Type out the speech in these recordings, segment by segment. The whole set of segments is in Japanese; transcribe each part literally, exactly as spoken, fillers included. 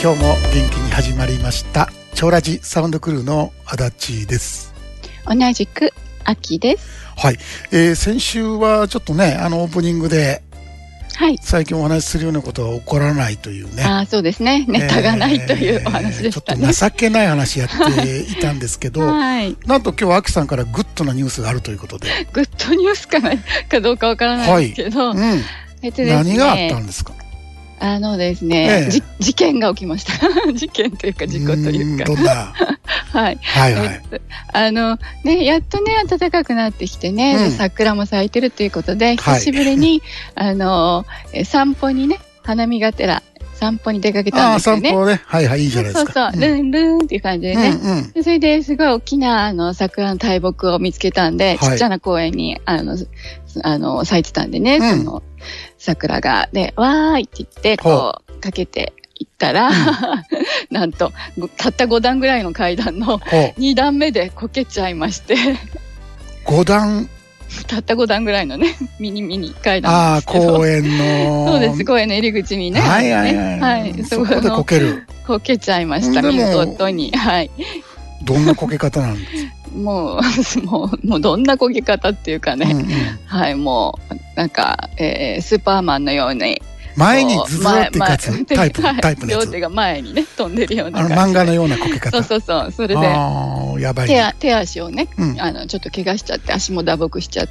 今日も元気に始まりました超ラジサウンドクルーの足立です。 同じく秋です。 はい、えー、先週はちょっとねあのオープニングで、はい、最近お話しするようなことは起こらないというね、 あ、そうですね、ネタがないというお話でしたね、 えー、ちょっと情けない話やっていたんですけど、はい、なんと今日は秋さんからグッドなニュースがあるということで。 グッドニュースかないかどうかわからないですけど、はい、うん、えっとですね、何があったんですか？ あのですね、ええ、事件が起きました事件というか事故というか、 どんなはい、 はいはい、 えっと、あのね、やっとね暖かくなってきてね、うん、桜も咲いてるということで久しぶりに、はい、あの散歩にね、花見がてら散歩に出かけたんですよね。 あ、散歩ね、はいはい、いいじゃないですか。 そうそうそう、ルンルンっていう感じでね、うんうん、それですごい大きなあの桜の大木を見つけたんで、はい、ちっちゃな公園にあのあの咲いてたんでね、うん、その桜がでわーいって言ってこうかけていったら、うん、なんとたったごだんぐらいの階段のにだんめでこけちゃいましてごだんたったごだんぐらいのねミニミニ階段なんですけど、 あ、公園のそうです、公園の入り口にね、 はいはいはい、はい、 そこでこけるこけちゃいました、見事に。はい、 どんなこけ方なんですか？ もう、もう、もうどんなこけ方っていうかね、うんうん、はい、もうなんか、えー、スーパーマンのように前にズズーって立つタイプ、タイプのやつ、 両手が前にね飛んでるような感じ、 あの漫画のようなこけ方。 そうそうそう、それでやばい、 手, 手足をね、うん、あのちょっと怪我しちゃって、足も打撲しちゃって、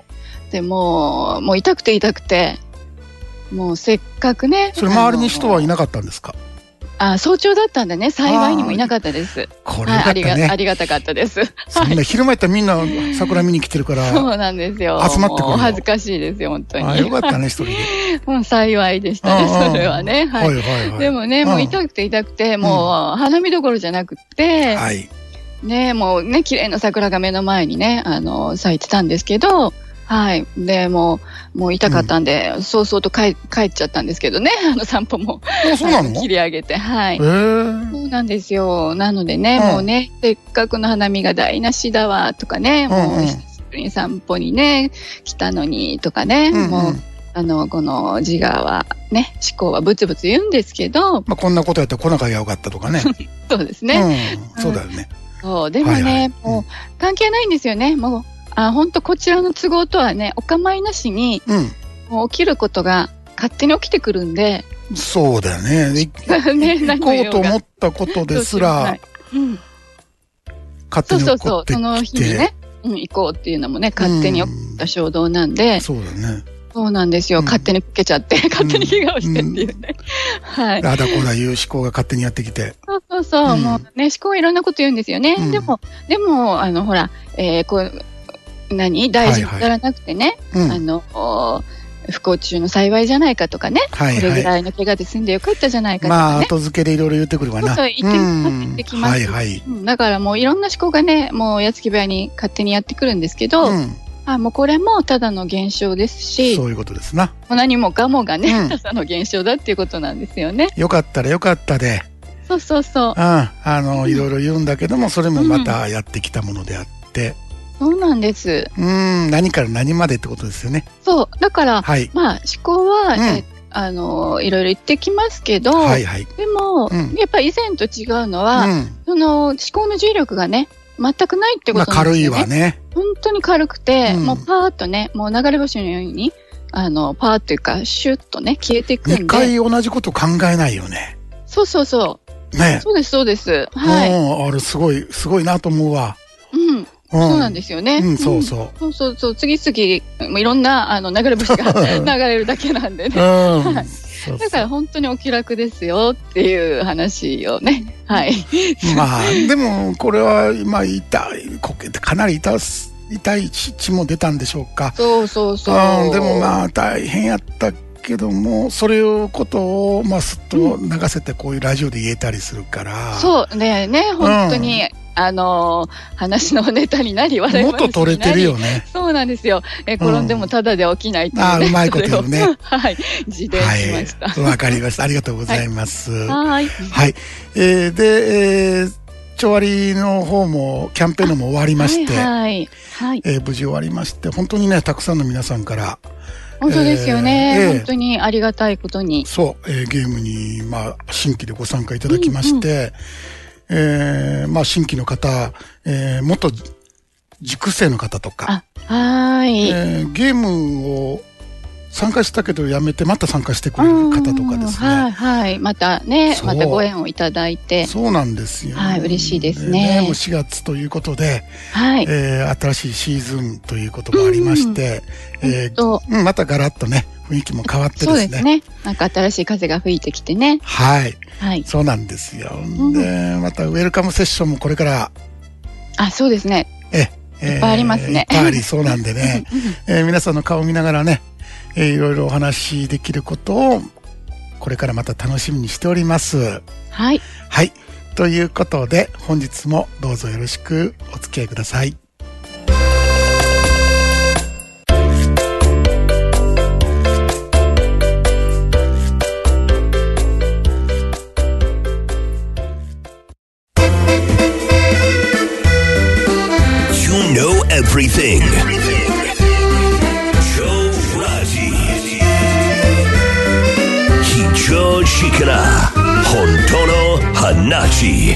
でもうもう痛くて痛くて、もうせっかくね。 それ周りに人はいなかったんですか？ あ、早朝だったんでね、幸いにもいなかったです。 これよかったね、はい、ありが、ありがたかったです。 そんな昼間やったらみんな桜見に来てるからそうなんですよ、 集まってくるよ。 恥ずかしいですよ本当に。 あ、よかったね、一人でもう幸いでしたね、それはね、はい、はいはいはい、でもね、もう痛くて痛くて、もう花見どころじゃなくて、はい、ね、もうね、綺麗な桜が目の前にね、あの咲いてたんですけど、はい、でもう、もう痛かったんで、うん、早々と帰帰っちゃったんですけどね、あの散歩も。 あ、そうなの？ 切り上げて、はい。 へー、 そうなんですよ。なのでね、うん、もうね、せっかくの花見が台無しだわとかね、うんうん、もう久しぶりに散歩にね来たのにとかね、うんうん、もうあのこの自我はね、思考はブツブツ言うんですけど、 まあ、こんなことやったら来なきゃよかったとかね。 そうですね、 うん、そうだよね。 そうでもね、はいはい、もう関係ないんですよね。もうあ、本当こちらの都合とはねお構いなしに、うん、もう起きることが勝手に起きてくるんで。 そうだよね。ね、行こうと思ったことですら、はい、うん、勝手に起こってきて、そうそうそう、 その日にね、うん、行こうっていうのもね勝手に起きた衝動なんで、うん、 そうだね。 そうなんですよ、うん、勝手にこけちゃって勝手に怪我をしてっていうね、うん、はい、 あだこだいう思考が勝手にやってきて、 そうそうそう、うん、もうね思考はいろんなこと言うんですよね、うん、でもでもあのほら、えー、こう何大事にならなくてね、はいはい、あの不幸中の幸いじゃないかとかね、はいはい、これぐらいの怪我で済んでよかったじゃないかとかね、 まあ後付けでいろいろ言ってくるわな。 そうそう言って言ってきます、はいはい、うん、だからもういろんな思考がねもう矢継ぎ早に勝手にやってくるんですけど、うん、あもうこれもただの現象ですし、 そういうことですな。 もう何もかもがね、うん、ただの現象だっていうことなんですよね。 よかったらよかったで、 そうそうそう、 ああの、うん、いろいろ言うんだけどもそれもまたやってきたものであって、 うん、そうなんです。 うん、何から何までってことですよね。 そうだから、はい、まあ思考は、うん、えあのいろいろ言ってきますけど、はいはい、でも、うん、やっぱり以前と違うのは、うん、その思考の重力がね全くないってことなんですよね。 まあ、軽いわね。 本当に軽くて、うん、もうパーッとね、もう流れ星のようにあのパーッというかシュッとね消えていくんで。 にかい同じこと考えないよね。 そうそうそうね。そうですそうです。 はい。あれすごいすごいなと思うわ。 うん。そうなんですよね。 うん、そうそう。 そうそうそう、次々いろんなあの流れ星が流れるだけなんでね。うん、はい。だから本当にお気楽ですよっていう話をね。はい。 まあでもこれは今痛いこけてかなり痛す痛い血も出たんでしょうか。 そうそうそう。 うん、でもまあ大変やったけどもそれをことをまあすっと流せてこういうラジオで言えたりするから。うん、そうねね本当に。うん、あのー、話のネタになり笑い話になりもっと取れてるよね。 そうなんですよ。え転んでもただで起きないっていう、ね、 うん、あうまいこと言うね。 はい、自伝しました。 わ、はい、かりました。ありがとうございます。 はい。 はい。えー、で、えー、ちょわりの方もキャンペーンのも終わりまして、はいはいはい、えー、無事終わりまして本当にねたくさんの皆さんから本当ですよね。えー、本当にありがたいことに。 そう、えー、ゲームに、まあ、新規でご参加いただきまして、うんうん、えー、まあ、新規の方、えー、元塾生の方とか、 あ、はーい、 えー、ゲームを参加したけどやめてまた参加してくれる方とかですね。 はいはい。またね、またご縁をいただいて。 そうなんですよ、ね。 はい、嬉しいですね。 ね、もうしがつということで、 はい、 えー、新しいシーズンということもありまして、うんえーうん、またガラッとね、雰囲気も変わってですね。 そうですね。なんか新しい風が吹いてきてね。 はい。 はい。 そうなんですよ。うん、で、またウェルカムセッションもこれから。 あ、そうですね。 え、 いっぱいありますね。 いっぱいありそうなんでね、えー、皆さんの顔を見ながらね、えー、いろいろお話しできることをこれからまた楽しみにしております。 はい。 はい。ということで本日もどうぞよろしくお付き合いください。 You know everything. Joe Raji. Hijo Shikara. Hontono Hanachi.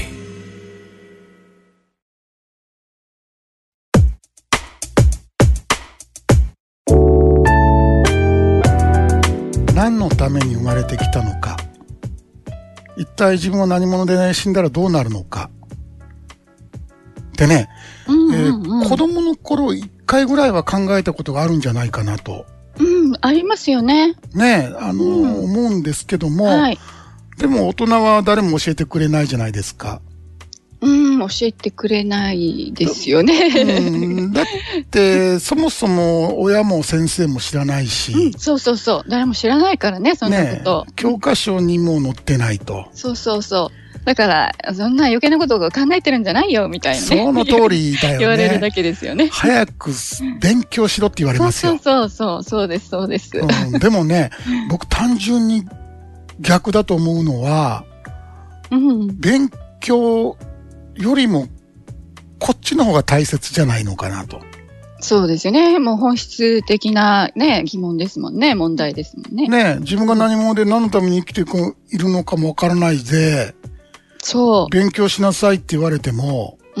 何のために生まれてきたのか、一体自分は何者で、ね、死んだらどうなるのかってね、 うんうんうん、 えー、子供の頃一回ぐらいは考えたことがあるんじゃないかなと。 うん、ありますよね。 ねえ、あのーうん、思うんですけども、はい、でも大人は誰も教えてくれないじゃないですか。 うん、教えてくれないですよね。 うん、だってそもそも親も先生も知らないし、 うん、そうそうそう、誰も知らないからね、そんなこと。 ね、教科書にも載ってないと。 そうそうそう。だからそんな余計なことを考えてるんじゃないよみたいなね。 その通りだよね。 言われるだけですよね。 早く勉強しろって言われますよ。 そうそうそうそうですそうです。 うん、でもね、僕単純に逆だと思うのは、うん、勉強よりもこっちの方が大切じゃないのかなと。 そうですよね。もう本質的なね、疑問ですもんね。問題ですもんね。 ね、自分が何者で何のために生きているのかもわからないで、 そう。 勉強しなさいって言われても、 うん。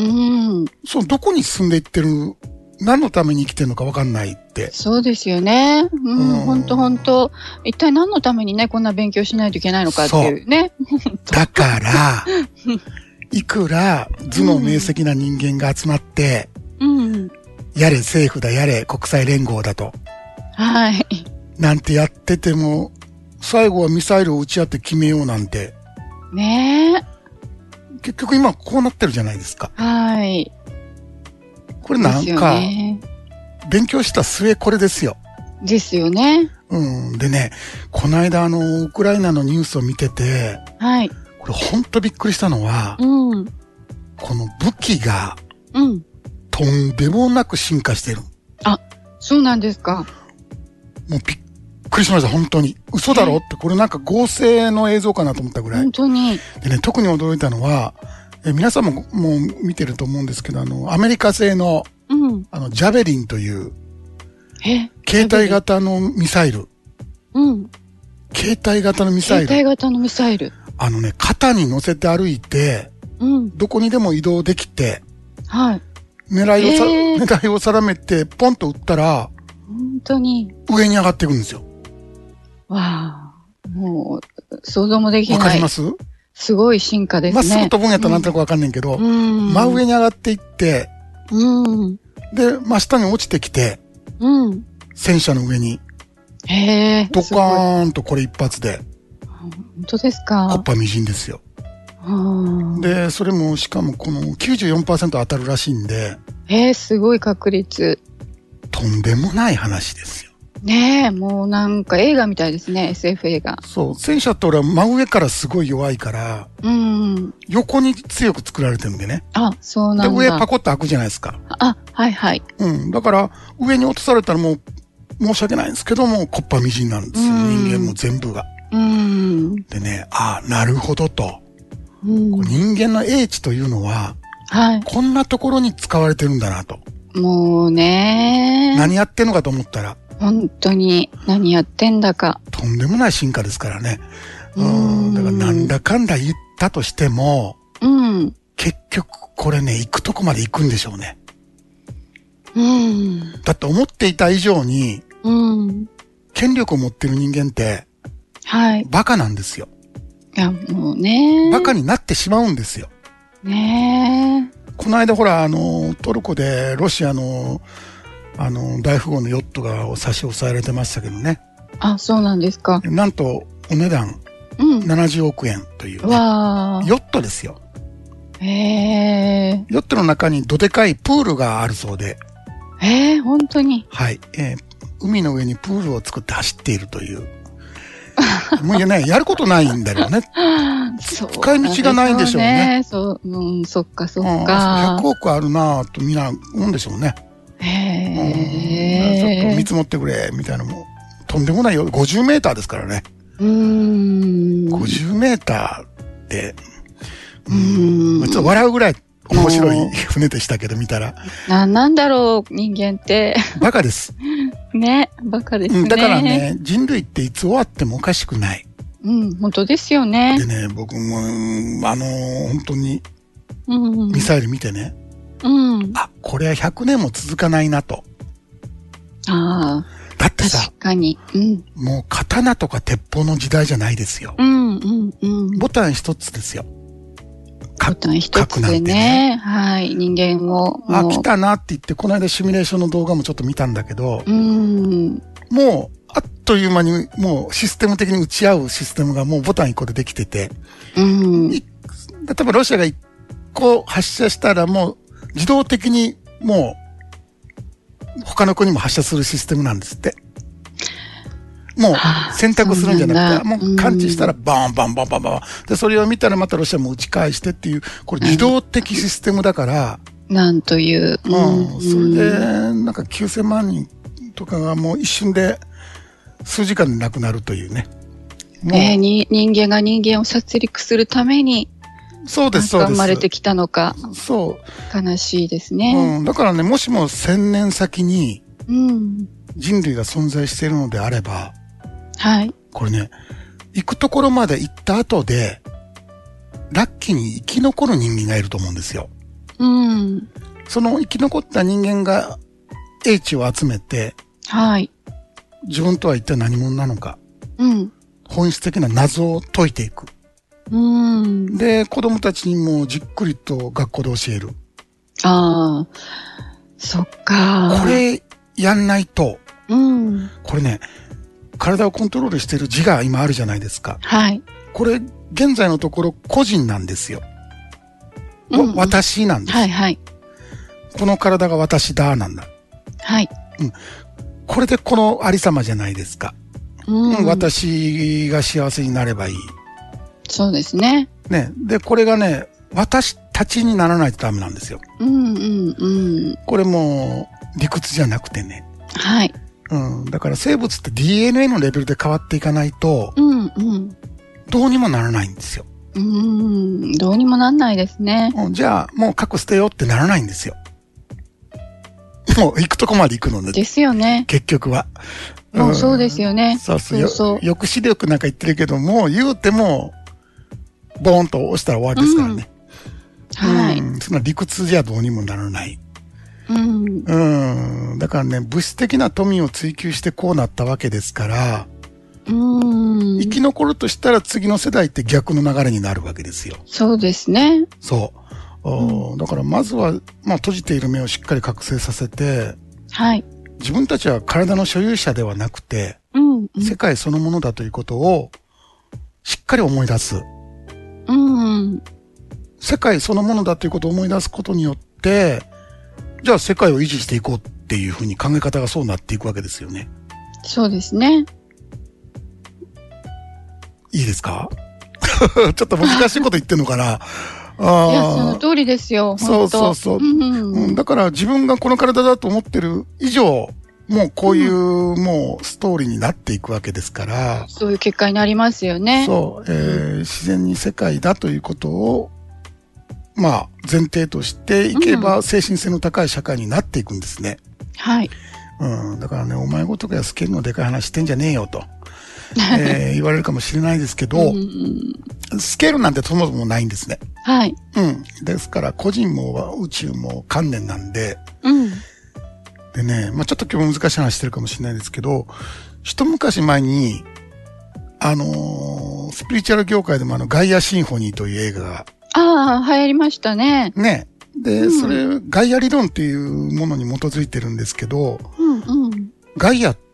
そう、どこに進んでいってる、何のために生きてるのかわかんないって。 そうですよね。うん、ほんとほんと。一体何のためにね、こんな勉強しないといけないのかっていうね。 だから、いくら頭脳明晰な人間が集まって、うん、やれ政府だやれ国際連合だと、 はい、 なんてやってても最後はミサイルを撃ち合って決めようなんてねえ、 結局今こうなってるじゃないですか。 はい。 これなんか、勉強した末これですよ。 ですよね。 うん。でね、この間あのウクライナのニュースを見てて、 はい。 これほんとびっくりしたのは、うん、この武器が、うん、とんでもなく進化してる。 あ、そうなんですか。 もうびっくりしました、本当に。嘘だろって、これなんか合成の映像かなと思ったぐらい。 本当に。でね、特に驚いたのは、え皆さんももう見てると思うんですけど、あの、アメリカ製の、うん、あの、ジャベリンという、 え携帯型のミサイル。 うん。 携帯型のミサイル。 携帯型のミサイル。 あのね、肩に乗せて歩いて、うん、どこにでも移動できて、 はい。 狙いをさ、狙いを定めて、ポンと撃ったら、 本当に。 上に上がっていくんですよ。 わあ、もう、想像もできない。 わかります？ すごい進化ですね。 まっすぐ飛ぶんやったらなんとなくわかんないけど、うん、真上に上がっていって、うん、で、真下に落ちてきて、うん、戦車の上に、 へえ、 ドカーンとこれ一発で、 本当ですか。 コッパみじんですよ。で、それもしかもこの きゅうじゅうよんパーセント 当たるらしいんで、 えー、すごい確率。 とんでもない話ですよ。 ねえ、もうなんか映画みたいですね、エスエフ 映画。 そう、戦車って俺は真上からすごい弱いから、うん、横に強く作られてるんでね。 あ、そうなんだ。 で、上パコッと開くじゃないですか。 あ、はいはい。 うん、だから上に落とされたらもう申し訳ないんですけども、コッパみじんなんですよ、人間も全部が。うん、でね、ああ、なるほどと。うん、人間の英知というのは、はい、こんなところに使われてるんだなと。 もうね、 何やってんのかと思ったら、 本当に何やってんだか。 とんでもない進化ですからね。うん。だからなんだかんだ言ったとしても、 うん。 結局これね、行くとこまで行くんでしょうね。 うん。 だって思っていた以上に、 うん。 権力を持ってる人間って、 はい。 バカなんですよ。 いや、もうね。 バカになってしまうんですよ。 ねえ。 この間ほら、あの、トルコでロシアの、あの、大富豪のヨットが差し押さえられてましたけどね。 あ、そうなんですか。 なんと、お値段、 うん。 ななじゅうおくえんという、ね。 わー。 ヨットですよ。 へえ。 ヨットの中にどでかいプールがあるそうで。 ええ、本当に。 はい。えー、海の上にプールを作って走っているという。もうね、やることないんだろうね。 そう、 使い道がないんでしょうね。 そう、うん、そっかそっか。 ひゃくおくあるなぁとみんな思うんでしょうね。 へえ。 ちょっと見積もってくれ、みたいなもん。とんでもないよ。ごじゅうメーターですからね。 うーん。 ごじゅうメーターって、 うーん。 ちょっと笑うぐらい面白い船でしたけど、見たら。 な、なんだろう、人間って。 バカです。 ね、バカですね。 うん、だからね、人類っていつ終わってもおかしくない。 うん、本当ですよね。 でね、僕も、あのー、本当に、 うん、 ミサイル見てね、 うん、 あ、これはひゃくねんも続かないなと。 ああ。 だってさ、 確かに。うん、 もう刀とか鉄砲の時代じゃないですよ。 うん、うん、うん。 ボタン一つですよ。 ボタン一つでね、ねはい、人間を。 あ、来たなって言って、この間シミュレーションの動画もちょっと見たんだけど、 うん、 もう、あっという間に、もうシステム的に打ち合うシステムがもうボタン一個でできてて、 うん、 例えばロシアが一個発射したらもう自動的にもう他の国も発射するシステムなんですって。もう選択するんじゃなくて、もう感知したらバンバンバンバンバン。で、それを見たらまたロシアも打ち返してっていう、これ自動的システムだから。 うん、なんという。 うん。それで、なんかきゅうせんまんにんとかがもう一瞬で数時間で亡くなるというね。 えー、に人間が人間を殺戮するために、 そうです、そうです。 生まれてきたのか。 そう。 悲しいですね。 うん。だからね、もしも千年先に、人類が存在しているのであれば、 はい。 これね、行くところまで行った後で、ラッキーに生き残る人間がいると思うんですよ。 うん。 その生き残った人間が英知を集めて、 はい。 自分とは一体何者なのか。 うん。 本質的な謎を解いていく。 うん。 で、子供たちにもじっくりと学校で教える。 ああ、そっか。 これやんないと、 うん。 これね、体をコントロールしている自我今あるじゃないですか。 はい。 これ、現在のところ個人なんですよ。うんうん、私なんです。 はいはい。 この体が私だなんだ。 はい。 うん。これでこのありさまじゃないですか。 うん、 私が幸せになればいい。 そうですね。 ね。で、これがね、私たちにならないとダメなんですよ。 うんうんうん。 これも理屈じゃなくてね。 はい。 うん。だから生物って ディーエヌエー のレベルで変わっていかないと、 うんうん。 どうにもならないんですよ。 うん。どうにもなんないですね。 うん、じゃあ、もう核捨てようってならないんですよ。もう行くとこまで行くので。 ですよね。 結局は。 もうそうですよね。 うん、そうそう。そうそう抑止力なんか言ってるけども、言うても、ボーンと押したら終わりですからね。 うん、はい、 うん。そんな理屈じゃどうにもならない。 うん。 うん。だからね、物質的な富を追求してこうなったわけですから、 うん。 生き残るとしたら次の世代って逆の流れになるわけですよ。 そうですね。 そう。うん、だからまずは、まあ閉じている目をしっかり覚醒させて、 はい。 自分たちは体の所有者ではなくて、 うんうん、 世界そのものだということをしっかり思い出す。 うん、 世界そのものだということを思い出すことによって、じゃあ世界を維持していこうっていうふうに考え方がそうなっていくわけですよね。 そうですね。 いいですかちょっと難しいこと言ってんのかなあいや、その通りですよ。 そうそうそう、うんうんうん。だから自分がこの体だと思ってる以上、もうこういう、うん、もうストーリーになっていくわけですから。 そういう結果になりますよね。 そう、えー、自然に世界だということを、まあ前提としていけば、精神性の高い社会になっていくんですね。 はい。 うん。だからね、お前ごとかやスケールのでかい話してんじゃねえよと、えー、言われるかもしれないですけど、うん、スケールなんてそもそもないんですね。 はい。 うん。ですから、個人も宇宙も観念なんで、 うん。 でね、まあちょっと今日難しい話してるかもしれないですけど、一昔前に、あのー、スピリチュアル業界でもあの、ガイアシンフォニーという映画が。 ああ、流行りましたね。 ね。で、うん、それ、ガイア理論っていうものに基づいてるんですけど、 うんうん、 ガイアって、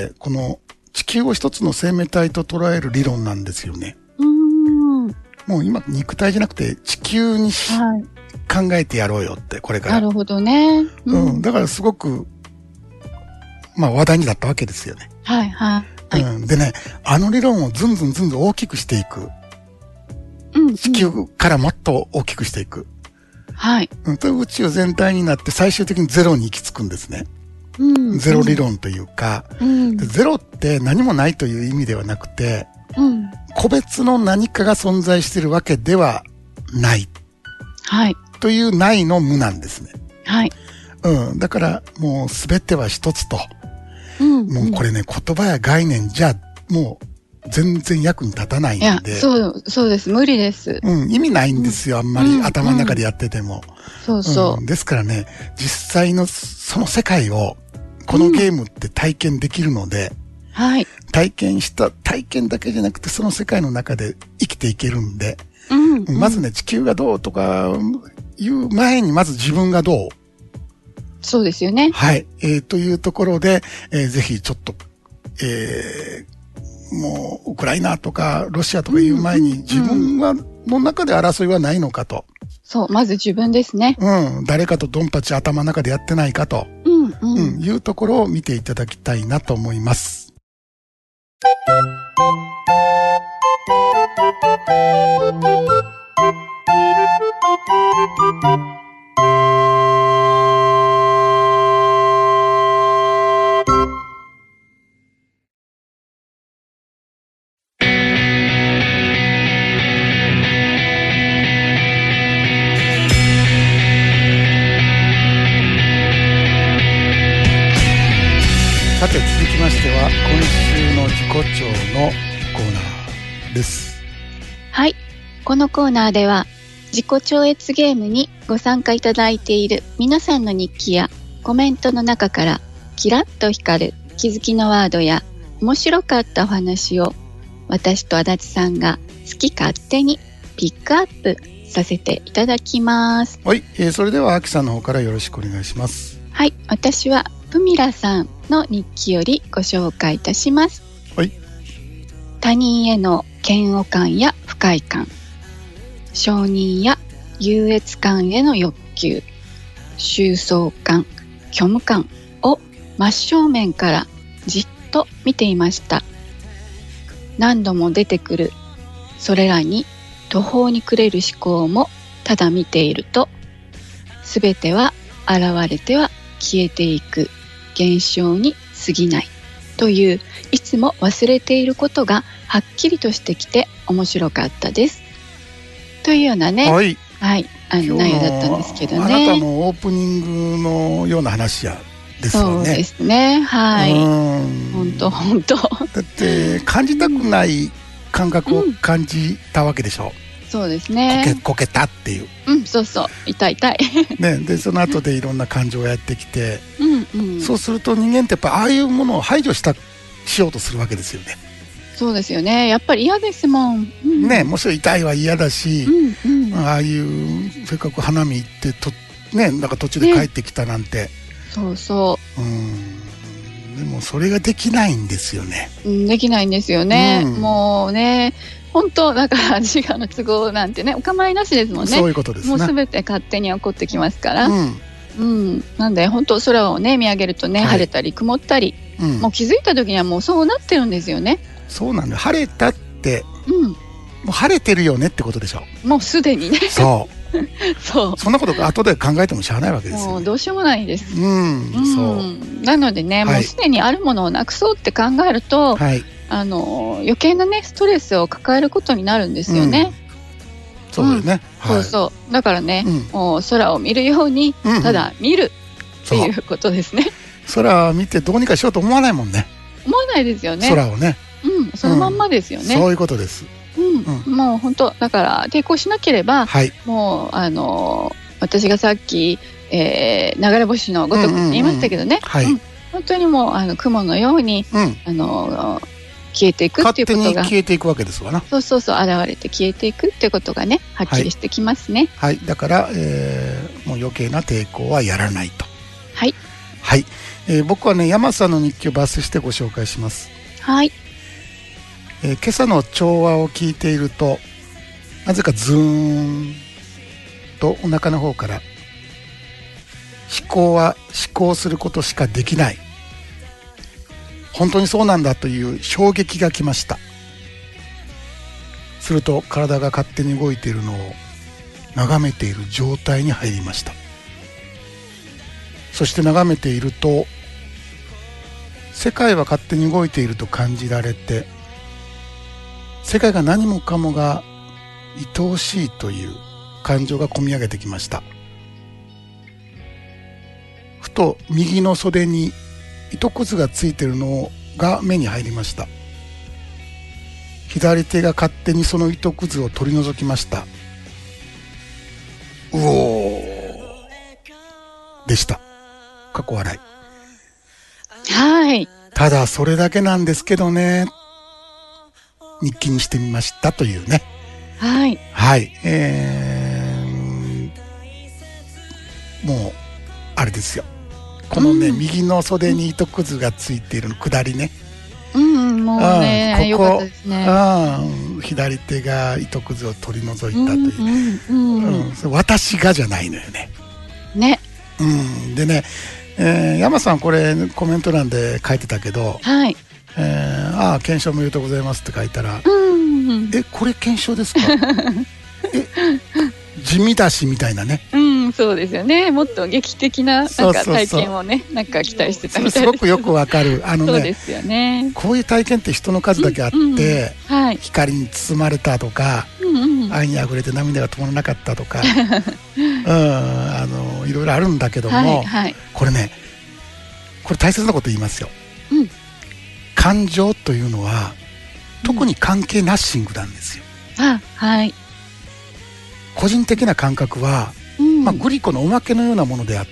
この地球を一つの生命体と捉える理論なんですよね。 うーん、 もう今、肉体じゃなくて地球に、はい、考えてやろうよって、これから。 なるほどね。 うん。うん、だからすごく、まあ話題になったわけですよね。 はいはい。 うん。でね、あの理論をずんずんずんずん大きくしていく。 うん、うん。 地球からもっと大きくしていく。 はい。 うん。と宇宙全体になって最終的にゼロに行き着くんですね。 うん。 ゼロ理論というか、 うん、 でゼロって何もないという意味ではなくて、 うん。 個別の何かが存在しているわけではない。 はい。 というないの無なんですね。 はい。 うん。だからもうすべては一つと。 うん、 もうこれね、言葉や概念じゃ、もう全然役に立たないんで。いや、 そう、そうです。無理です。 うん、意味ないんですよ、うん、あんまり、うん、頭の中でやってても。 そうそう、 うん。ですからね、実際のその世界を、このゲームって体験できるので、 うん、はい。 体験した、体験だけじゃなくて、その世界の中で生きていけるんで、 うんうん、 まずね、地球がどうとかいう前に、まず自分がどう。 そうですよね。 はい。えー、というところで、えー、ぜひちょっと、えー、もう、ウクライナとか、ロシアとかいう前に、自分は、の中で争いはないのかと。 そう、まず自分ですね。 うん。誰かとドンパチ頭の中でやってないかと。 うん、うん。 うん。いうところを見ていただきたいなと思います。さて続きましては今週の自己調のコーナーです。 はい、このコーナーでは自己超越ゲームにご参加いただいている皆さんの日記やコメントの中からキラッと光る気づきのワードや面白かったお話を私と足立さんが好き勝手にピックアップさせていただきます。 はい、えー、それではあきさんの方からよろしくお願いします。 はい、私はプミラさんの日記よりご紹介いたします。 はい。 他人への嫌悪感や不快感、承認や優越感への欲求、焦燥感、虚無感を真正面からじっと見ていました。何度も出てくるそれらに途方に暮れる思考もただ見ていると、すべては現れては消えていく現象に過ぎないという、いつも忘れていることがはっきりとしてきて面白かったですというようなね、 はい、 はい、あの内容だったんですけどね。 あなたのオープニングのような話やですよね。 そうですね、はい。本当本当。だって感じたくない感覚を感じたわけでしょ。 うん、そうですね。 こけこけたっていう。 うん、そうそう、痛い痛い。 ね、でその後でいろんな感情をやってきて、 うんうん、 そうすると人間ってやっぱああいうものを排除したしようとするわけですよね。 そうですよね。やっぱり嫌ですもん。 うん、ね、もちろん痛いは嫌だし、 うんうん、 ああいうせっかく花見行ってとね、なんか途中で帰ってきたなんて、ね、 そうそう。 うん、でもそれができないんですよね。 うん、できないんですよね。うん、もうね、本当だから自我の都合なんてね、お構いなしですもんね。 そういうことですね。 もうすべて勝手に起こってきますから。 うんうん、なんで本当空をね見上げるとね、はい、晴れたり曇ったり、うん、もう気づいた時にはもうそうなってるんですよね。 そうなんだ。晴れたって、 うん、 もう晴れてるよねってことでしょ。 もうすでにね。 そうそう。 そんなこと後で考えてもしゃあないわけですよ、ね。 もうどうしようもないです。 うん、うん、そう。 なのでね、はい、もうすでにあるものをなくそうって考えると、はい、あの余計なねストレスを抱えることになるんですよね。 うん、そうだよね。 うん、はい、そうそう。だからね、うん、もう空を見るようにただ見るっていうことですね。 空見てどうにかしようと思わないもんね。 思わないですよね。 空をね。 うん、そのまんまですよね。 うん、そういうことです。 うん、うん、もう本当だから抵抗しなければ、はい、もうあの私がさっき、えー、流れ星のごとくって言いましたけどね、本当にもうあの雲のように、うん、あの消えていくっていうことが勝手に消えていくわけですわな。 そうそうそう、現れて消えていくっていうことがね、はっきりしてきますね。 はい、はい、だから、えー、もう余計な抵抗はやらないと。 はいはい、えー、僕はね山さんの日記を抜粋してご紹介します。 はい、 えー、今朝の調和を聞いているとなぜかズーンとお腹の方から思考は思考することしかできない、本当にそうなんだという衝撃が来ました。すると体が勝手に動いているのを眺めている状態に入りました。そして眺めていると世界は勝手に動いていると感じられて、世界が何もかもが愛おしいという感情がこみ上げてきました。ふと右の袖に糸くずがついているのが目に入りました。左手が勝手にその糸くずを取り除きました。うおーでした。過去笑い。 はい。 ただそれだけなんですけどね、日記にしてみましたというね。 はい。 はい。えー、もうあれですよ。このね、うん、右の袖に糸くずがついているの下りね。 うん、もうね、 うん、ここ、 よかったですね。 うん、左手が糸くずを取り除いたというね。うんうんうんうん、それ私がじゃないのよね。 ね。 うん、でね、えー、山さんこれコメント欄で書いてたけど、 はい。 えー、ああ検証おめでとうございますって書いたら、 うんうん、 えこれ検証ですか？え地味だしみたいなね。 うん、そうですよね。もっと劇的ななんか体験をね、そうそうそう、なんか期待してたみたいです。 すごくよくわかる。あのね、 そうですよね。 こういう体験って人の数だけあって、うんうん、 はい、 光に包まれたとか、うんうん、愛にあふれて涙が止まらなかったとか、うん、あのいろいろあるんだけども、はいはい、これね、これ大切なこと言いますよ。うん、感情というのは特に関係ナッシングなんですよ。 うん、あ、はい。 個人的な感覚は、うん、まあ、グリコのおまけのようなものであって、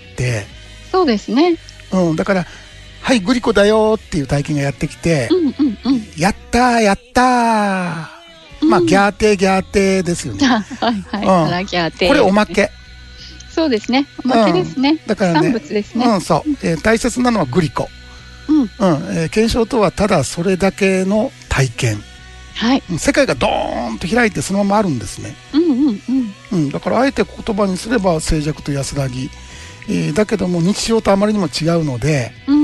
そうですね、 うん、だからはいグリコだよっていう体験がやってきて、うんうんうん、やったーやったー、うん、まあギャーテーギャーテーですよね。 はいはい、うん、ギャーテー、 これおまけ。 そうですね、おまけですね、うん、 だからね、 産物ですね、 うん、そう、えー、大切なのはグリコ、うんうん、えー、検証とはただそれだけの体験、はい、世界がドーンと開いてそのままあるんですね。うんうんうんうん、だからあえて言葉にすれば静寂と安らぎ、えー、だけども日常とあまりにも違うので、うん、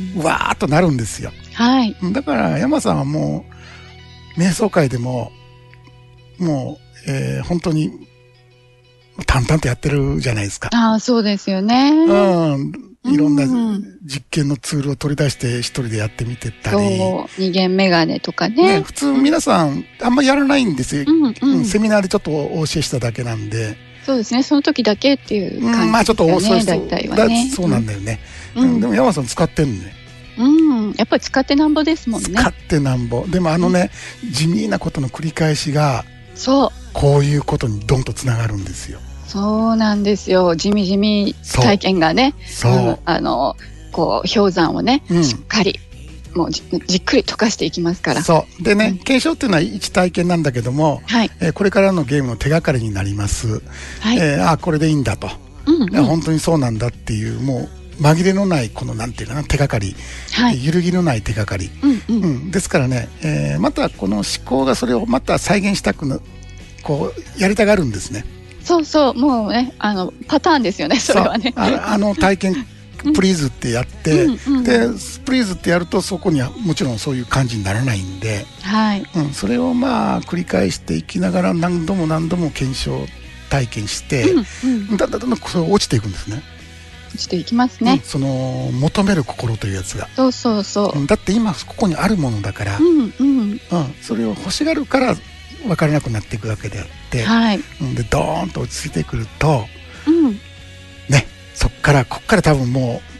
うわーっとなるんですよ。はい、だから山さんはもう瞑想会でももう、えー、本当に淡々とやってるじゃないですか。 ああ、そうですよね。 うん。いろんな実験のツールを取り出して一人でやってみてたり。 そう。二元メガネとかね。 ね、普通皆さんあんまやらないんですよ。うんうん、セミナーでちょっとお教えしただけなんで。 そうですね。その時だけっていう感じですよね。うん、まあちょっとそう大体はね。 そうなんだよね。うんうん、でも山さん使ってんのね。 うん。やっぱり使ってなんぼですもんね。 使ってなんぼ。でもあのね、うん、地味なことの繰り返しが、 そう。 こういうことにドンとつながるんですよ。 そうなんですよ。地味地味体験がね、そう、うん、あのこう氷山をね、うん、しっかりもう じ, じっくり溶かしていきますから。そうでね、うん、検証っていうのは一体験なんだけども、はい、えー、これからのゲームの手がかりになります。はい、えー、あこれでいいんだと、うんうん、いや本当にそうなんだっていうもう紛れのないこのなんていうかな手がかり、はい、揺るぎのない手がかり、うんうんうん、ですからね、えー、またこの思考がそれをまた再現したくなこうやりたがるんですね。そうそう、もうね、あのパターンですよね、それはね。 あ, あの体験プリーズってやって、うんうん、でプリーズってやるとそこにはもちろんそういう感じにならないんで、はい、うん、それをまあ繰り返していきながら何度も何度も検証体験して、うんうん、だんだんだんだんそれ落ちていくんですね。 落ちていきますね、うん、 その求める心というやつが。 そうそうそう、 だって今ここにあるものだから、うんうんうん、それを欲しがるから分からなくなっていくわけであって、はい、でドーンと落ち着いてくると、うん、ね、そっからこっから多分もう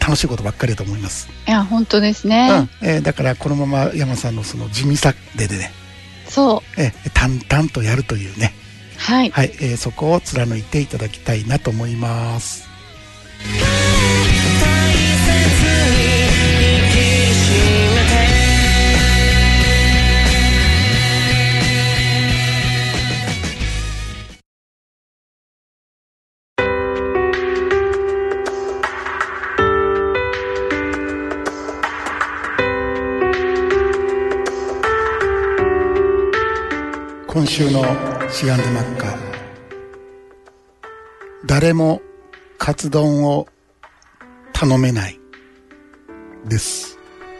楽しいことばっかりだと思います。 いや本当ですね、 うんえー、だからこのまま山さんのその地味さででね、 そう、 えー、淡々とやるというね、 はい、 はいえー、そこを貫いていただきたいなと思います。今週のシガンドマッカ、誰もカツ丼を頼めないです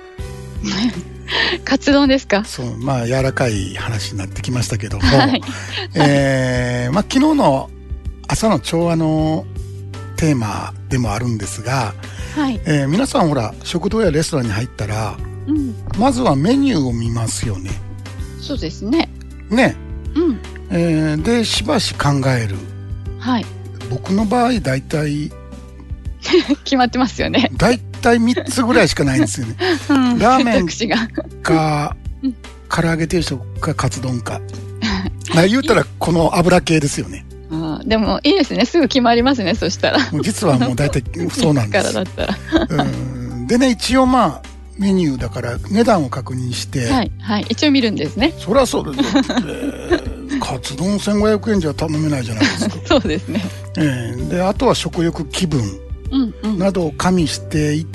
カツ丼ですか。 そう、まあ柔らかい話になってきましたけども、はい、えー、まあ昨日の朝の調和のテーマでもあるんですが、はいえー、皆さんほら食堂やレストランに入ったら、うん、まずはメニューを見ますよね。 そうですね。 ね、 うんえー、でしばし考える。 はい。 僕の場合だいたい決まってますよね。 だいたいみっつぐらいしかないんですよね。うん、ラーメンか唐揚げ定食かカツ丼か。言うたらこの油系ですよね。 あでもいいですね。すぐ決まりますね。そしたら。 もう実はもうだいたいそうなんです。 からだったらうんでね、一応まあメニューだから値段を確認して、 はいはい、一応見るんですね。 そりゃそうです、えー、カツ丼せんごひゃくえんじゃ頼めないじゃないですか。 そうですね、 えー、であとは食欲気分などを加味していって、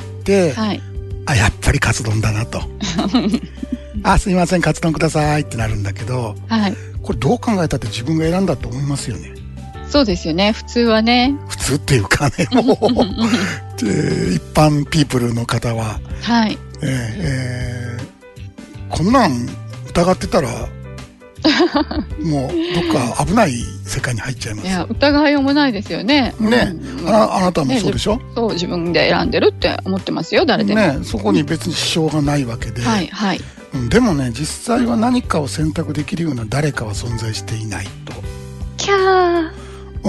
うんうん、あやっぱりカツ丼だなとあすいませんカツ丼くださいってなるんだけど、はい、これどう考えたって自分が選んだと思いますよね。 そうですよね。普通はね。 普通っていうかね、もう一般ピープルの方は、 はいえーえー、こんなん疑ってたらもうどっか危ない世界に入っちゃいます。 いや疑いようもないですよね。 ね、うん、あ, あなたもそうでしょ、ね、 そう自分で選んでるって思ってますよ誰でも、 ね、そこに別に支障がないわけで、 はいはい、 うん、でもね実際は何かを選択できるような誰かは存在していないと。 キャーうん、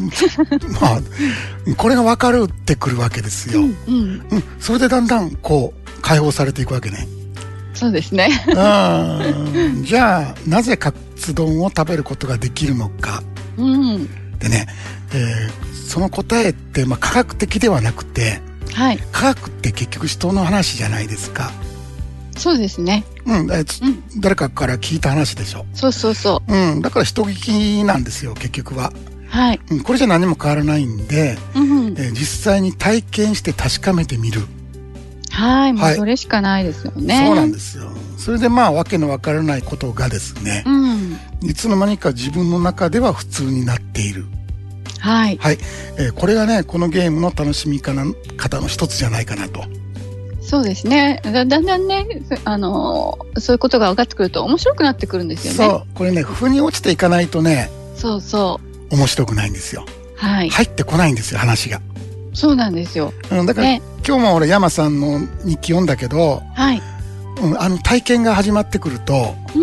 まあこれが分かるってくるわけですよ、うんうんうん、それでだんだんこう解放されていくわけね。 そうですねうんじゃあなぜカツ丼を食べることができるのか、うん、でね、えー、その答えって、まあ、科学的ではなくて、はい、科学って結局人の話じゃないですか。 そうですね、 うんえーうん、誰かから聞いた話でしょ。 そうそうそう、 うん、だから人聞きなんですよ結局は。 はいうん、これじゃ何も変わらないんで、うんえー、実際に体験して確かめてみる。 はい、もうそれしかないですよね、はい、 そうなんですよ。それでまあわけのわからないことがですね、うん、いつの間にか自分の中では普通になっている。 はい、 はいえー、これがねこのゲームの楽しみ方の一つじゃないかなと。 そうですね。だ, だんだんね、あのー、そういうことが分かってくると面白くなってくるんですよね。 そうこれね腑に落ちていかないとねそうそう面白くないんですよ、 はい、 入ってこないんですよ話が。 そうなんですよ、 うん、だから、ね、今日も俺山さんの日記読んだけど、 はいうん、あの体験が始まってくると、うん、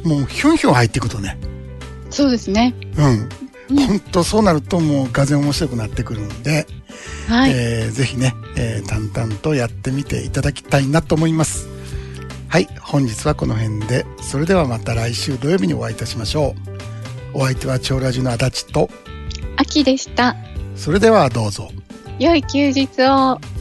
もうヒュンヒュン入ってくるとねそうですねうん本当、うん、そうなるともうがぜん面白くなってくるんで、はいえー、ぜひね、えー、淡々とやってみていただきたいなと思います。はい本日はこの辺で。それではまた来週土曜日にお会いいたしましょう。お相手は超ラジの足立と秋でした。 それではどうぞ良い休日を。